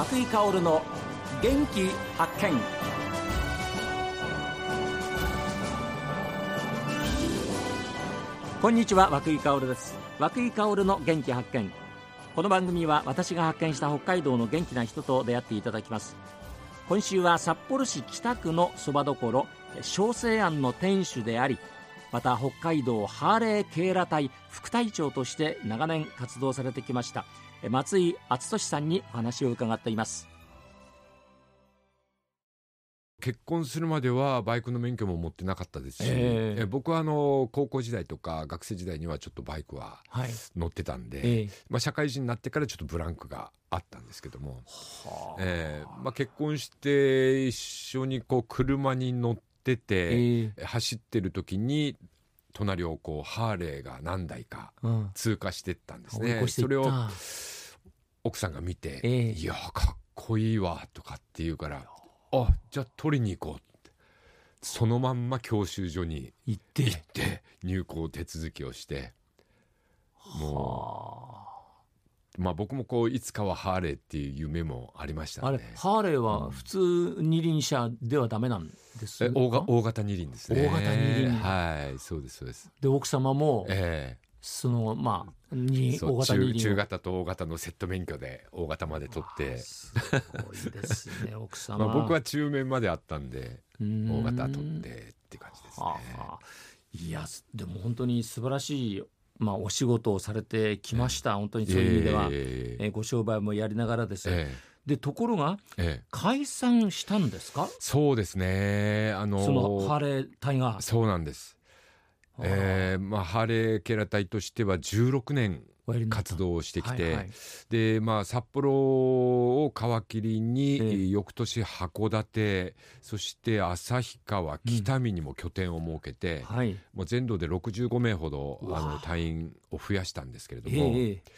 涌井薫の元気発見。こんにちは、涌井薫です。涌井薫の元気発見。この番組は私が発見した北海道の元気な人と出会っていただきます。今週は札幌市北区のそばどころ松生庵の店主であり、また北海道ハーレー警ら隊副隊長として長年活動されてきました松井敦俊さんにお話を伺っています。 結婚するまではバイクの免許も持ってなかったですし、僕は高校時代とか学生時代にはちょっとバイクは乗ってたんで、社会人になってからちょっとブランクがあったんですけども、結婚して一緒に車に乗ってて、走ってる時に隣をハーレーが何台か通過してったんですね。それを奥さんが見て、いやかっこいいわとかって言うから、じゃあ取りに行こうって、そのまんま教習所に行って入校手続きをして、もう僕もいつかはハーレーっていう夢もありましたね。 ハーレーは普通二輪車ではダメなんですか？ 大型二輪ですね。 大型二輪、 はい、そうですそうです。 で奥様も、その大型二輪、 中型と大型のセット免許で大型まで取って、 すごいですね奥様。 僕は中免まであったんで大型取ってって感じですね。 いやでも本当に素晴らしい、お仕事をされてきました、本当にそういう意味では、ご商売もやりながらです、でところが、解散したんですか？ そうですね、そのハーレー隊が。 そうなんです。ハーレー警ら隊としては16年活動をしてきて、で札幌を皮切りに、翌年函館、そして旭川、北見にも拠点を設けて、もう全土で65名ほど隊員を増やしたんですけれども、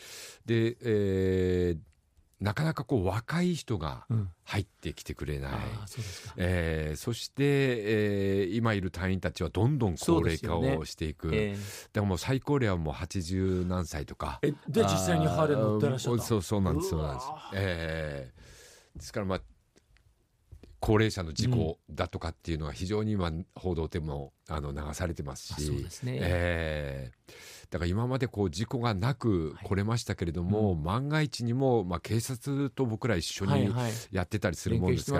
で、なかなか若い人が入ってきてくれない、そして、今いる隊員たちはどんどん高齢化をしていく、でももう最高齢はもう80何歳とかで実際にハーレー乗ってらっしゃった。 そうなんですですから高齢者の事故だとかっていうのは非常に今報道でも流されてますし、だから今まで事故がなく来れましたけれども、万が一にも、警察と僕ら一緒にやってたりするもんですから、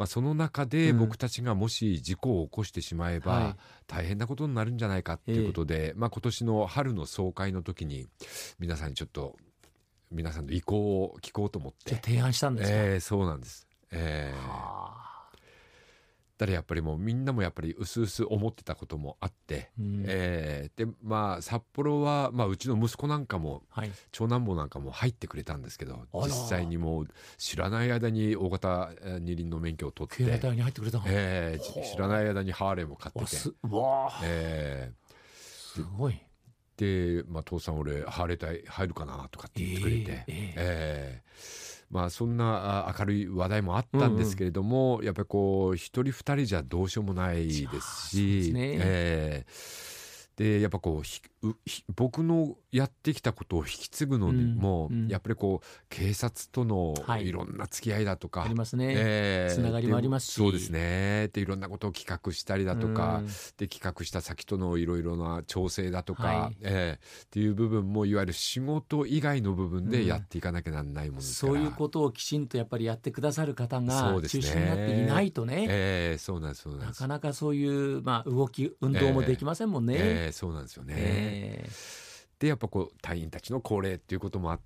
その中で僕たちがもし事故を起こしてしまえば大変なことになるんじゃないかっていうことで、今年の春の総会の時に皆さんにちょっと皆さんの意向を聞こうと思って提案したんですか？ そうなんです。だからやっぱりもうみんなもやっぱり薄々思ってたこともあって、で札幌は、うちの息子なんかも、長男坊なんかも入ってくれたんですけど、実際にもう知らない間に大型二輪の免許を取って、 警ら隊に入ってくれたの、 知らない間にハーレーも買ってて、すごい。 で、父さん俺ハーレー隊入るかなとかって言ってくれて、そんな明るい話題もあったんですけれども、やっぱり一人二人じゃどうしようもないですし、でやっぱ僕のやってきたことを引き継ぐのにも、やっぱり警察とのいろんな付き合いだとか、 ありますね、つながりもありますし、 そうですね、でいろんなことを企画したりだとか、で企画した先とのいろいろな調整だとか、っていう部分もいわゆる仕事以外の部分でやっていかなきゃならないものですから、 そういうことをきちんとやっぱりやってくださる方が中心になっていないとね、 そうなんです、 なかなかそういう、動き運動もできませんもんね。 そうなんですよね。でやっぱ隊員たちの高齢っていうこともあって、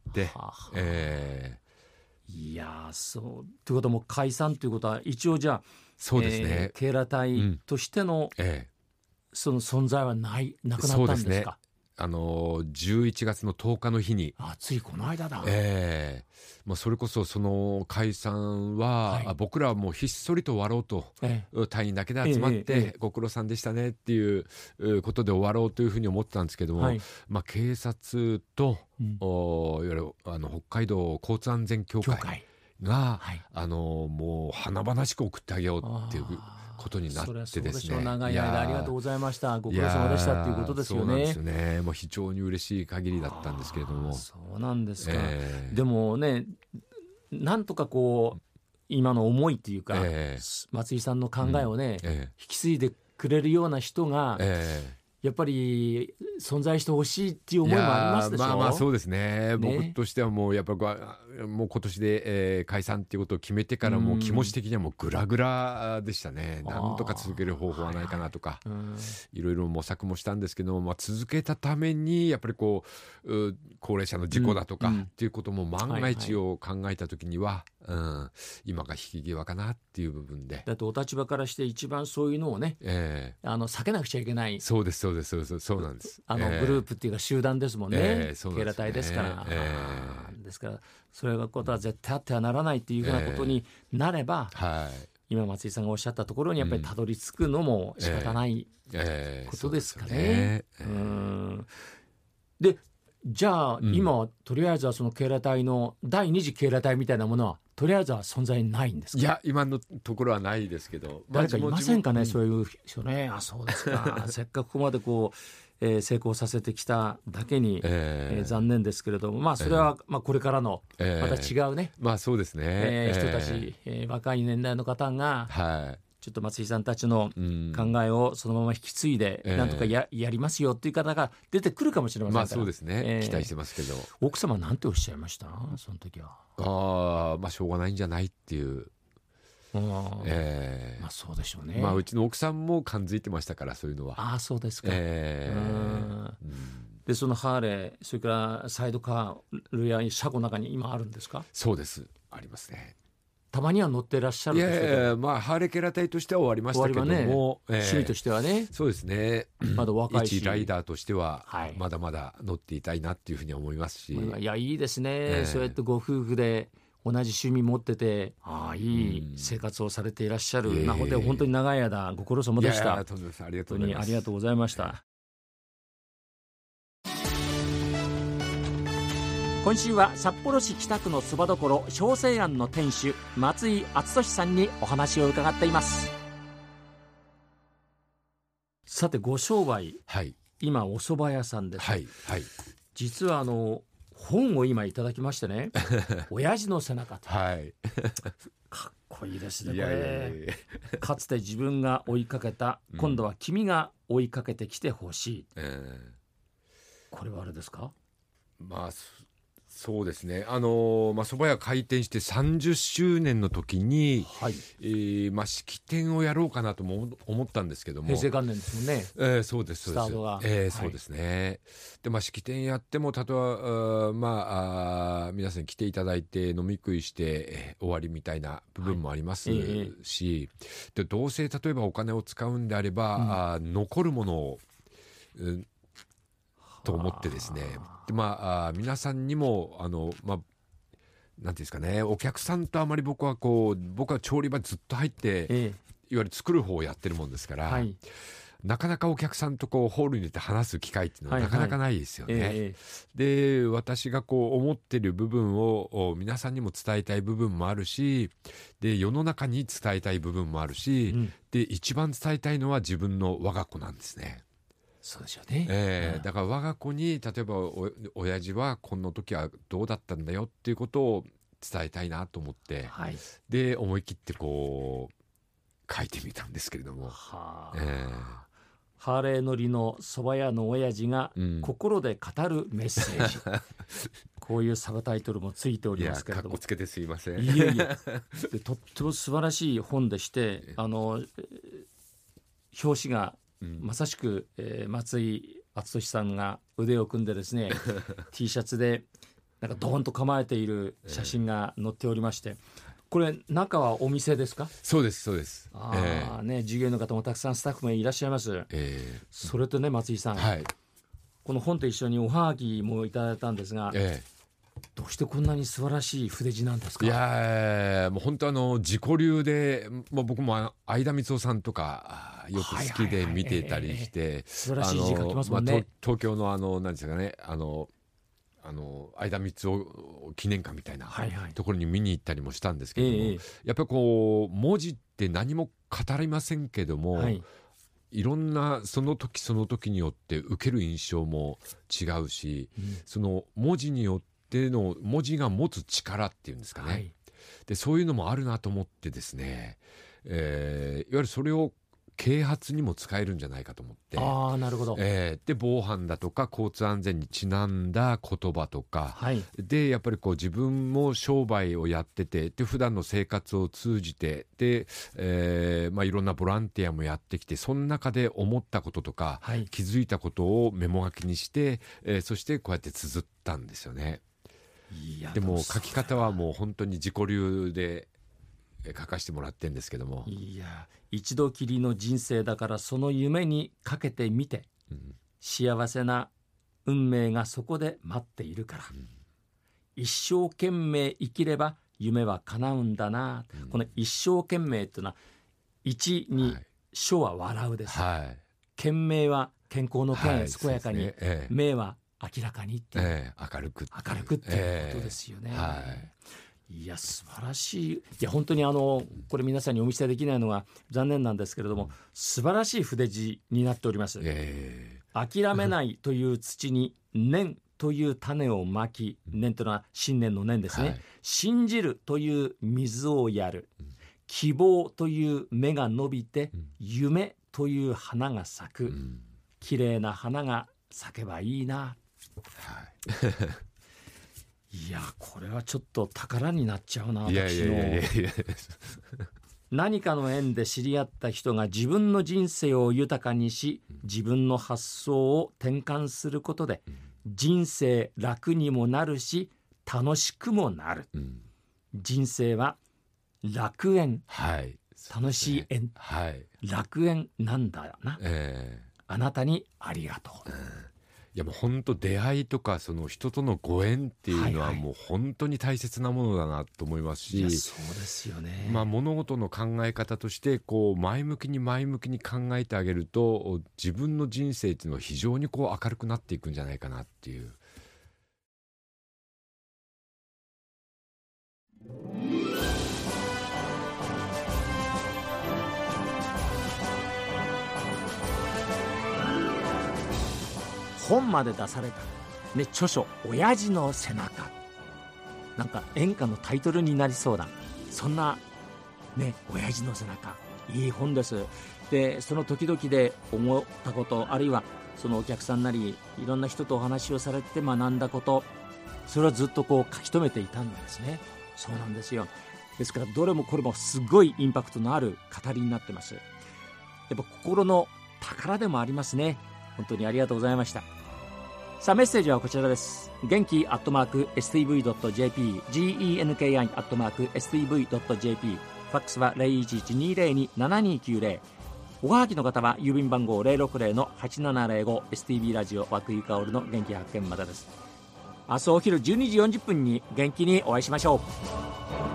いやそうということも解散ということは一応じゃあそうですね、 警ら隊としての、その存在はなくなったんですか？ 11月の10日の日に、 ついこの間だ、 それこそその解散は、僕らはもうひっそりと終わろうと、隊員だけで集まって、ご苦労さんでしたねっていうことで終わろうというふうに思ってたんですけども、警察と、いわゆる北海道交通安全協会が、もう華々しく送ってあげようっていうことになってですね、 長い間ありがとうございました、ご苦労様でしたっていうことですよね。 そうなんですよね、もう非常に嬉しい限りだったんですけれども。 そうなんですか、でもねなんとかこう今の思いというか、松井さんの考えをね、引き継いでくれるような人が、やっぱり存在してほしいっていう思いもありますでしょ。 まあそうですね。僕としてはもうやっぱもう今年で、解散っていうことを決めてからもう気持ち的にはもうグラグラでしたね。なんとか続ける方法はないかなとか、いろいろ模索もしたんですけども、続けたためにやっぱりこう高齢者の事故だとかっていうことも万が一を考えた時には、今が引き際かなっていう部分で。 だってお立場からして一番そういうのをね、避けなくちゃいけない。 そうですそうなんです。 グループっていうか集団ですもんね。警ら隊ですから、ですからそれがことは絶対あってはならないっていうふうなことになれば、今松井さんがおっしゃったところにやっぱりたどり着くのも仕方ないことですかね。でじゃあ、今とりあえずはその警ら隊の第二次警ら隊みたいなものはとりあえずは存在ないんですか。 いや今のところはないですけど、 誰かいませんかね、そういう人ね。そうですかせっかくここまでこう、成功させてきただけに、残念ですけれども、それはこれからのまた違うね、 そうですね、 人たち、若い年代の方が、ちょっと松井さんたちの考えをそのまま引き継いで、なんとか やりますよっていう方が出てくるかもしれませんから。 そうですね、期待してますけど。 奥様なんておっしゃいましたその時は。 しょうがないんじゃないっていう。 そうでしょうね。 うちの奥さんも感づいてましたから、そういうのは。 そうですか。でそのハーレー、それからサイドカールや車庫の中に今あるんですか。 そうです、ありますね。 たまには乗ってらっしゃるんですけど。 ハーレー警ら隊としては終わりましたけども、 趣味としてはね。 そうですね、 まだ若いし、 一ライダーとしてはまだまだ乗っていたいなっていうふうに思いますし、 いやいいですね、そうやってご夫婦で同じ趣味持ってて、いい生活をされていらっしゃる。本当に長い間ご苦労様でした。 ありがとうございます。 ありがとうございました。今週は札幌市北区のそばどころ小生庵の店主松井敦俊さんにお話を伺っています。さてご商売、今お蕎麦屋さんです。実は本を今いただきましてね親父の背中と、かっこいいですねこれ。かつて自分が追いかけた、今度は君が追いかけてきてほしい、これはあれですか。 そうですね、蕎麦屋開店して30周年の時に、式典をやろうかなとも思ったんですけども。 平成元年ですもんね。 そうですスタートが、 そうですね。で式典やっても例えば皆さんに来ていただいて飲み食いして、終わりみたいな部分もありますし、でどうせ例えばお金を使うんであれば、残るものを、と思ってですね。で皆さんにもなんていうんですかね、お客さんとあまり僕は調理場ずっと入って、いわゆる作る方をやってるもんですから、なかなかお客さんとホールに出て話す機会っていうのはなかなかないですよね。で私が思ってる部分を皆さんにも伝えたい部分もあるし、で世の中に伝えたい部分もあるし、で一番伝えたいのは自分の我が子なんですね。 そうですよね。 だから我が子に例えば親父はこの時はどうだったんだよっていうことを伝えたいなと思って、で思い切って書いてみたんですけれども、 ハーレー乗りの蕎麦屋の親父が心で語るメッセージ、こういうサブタイトルもついておりますけれども。 かっこつけてすいません。 でとっても素晴らしい本でして、表紙がまさしく、松井敦俊さんが腕を組んでですねT シャツでなんかドーンと構えている写真が載っておりまして、これ中はお店ですか。 そうです。 従業員の方もたくさんスタッフもいらっしゃいます。それとね松井さん、この本と一緒におはがきもいただいたんですが、どうしてこんなに素晴らしい筆字なんですか。 いやもう本当自己流で、僕も相田光夫さんとかよく好きで見てたりして、 素晴らしい字書きますもんね。 東京の何ですかね、相田光夫記念館みたいなところに見に行ったりもしたんですけども、やっぱり文字って何も語りませんけども、いろんなその時その時によって受ける印象も違うし、その文字によっての文字が持つ力っていうんですかね、 でそういうのもあるなと思ってですね、いわゆるそれを啓発にも使えるんじゃないかと思って。 なるほど。 で防犯だとか交通安全にちなんだ言葉とか、 はい、 でやっぱりこう自分も商売をやってて、で普段の生活を通じてで、いろんなボランティアもやってきて、その中で思ったこととか、 はい、 気づいたことをメモ書きにして、そしてこうやって綴ったんですよね。でも書き方はもう本当に自己流で書かせてもらってるんですけども、 いや一度きりの人生だから、その夢にかけてみて、幸せな運命がそこで待っているから、一生懸命生きれば夢は叶うんだな、この一生懸命というのは、一に書は笑うです、懸命は健康の健、健やかに、命は明らかにっていう、 明るくっていうことですよね。いや素晴らしい。いや本当にこれ皆さんにお見せできないのが残念なんですけれども、素晴らしい筆字になっております。諦めないという土に念という種をまき、念というのは信念の念ですね、信じるという水をやる、希望という芽が伸びて、夢という花が咲く、綺麗な花が咲けばいいな。いやこれはちょっと宝になっちゃうな。私の何かの縁で知り合った人が自分の人生を豊かにし、自分の発想を転換することで、人生楽にもなるし楽しくもなる、人生は楽園、楽しい縁、楽園なんだよな、あなたにありがとう。 いやもう本当出会いとかその人とのご縁っていうのはもう本当に大切なものだなと思いますし、 そうですよね。 物事の考え方としてこう前向きに考えてあげると、自分の人生っていうのは非常にこう明るくなっていくんじゃないかなっていう。 本まで出された、著書親父の背中、なんか演歌のタイトルになりそうな、そんな親父の背中、いい本です。でその時々で思ったこと、あるいはそのお客さんなりいろんな人とお話をされて学んだこと、それはずっとこう書き留めていたんですね。そうなんですよ。ですからどれもこれもすごいインパクトのある語りになってます。やっぱ心の宝でもありますね。本当にありがとうございました。さあメッセージはこちらです。元気@stv.jp、 genki@stv.jp、 ファックスは 0112027290。 おはがきの方は郵便番号 060-8705 STV ラジオ和久井薫の元気発見までです。明日お昼12時40分に元気にお会いしましょう。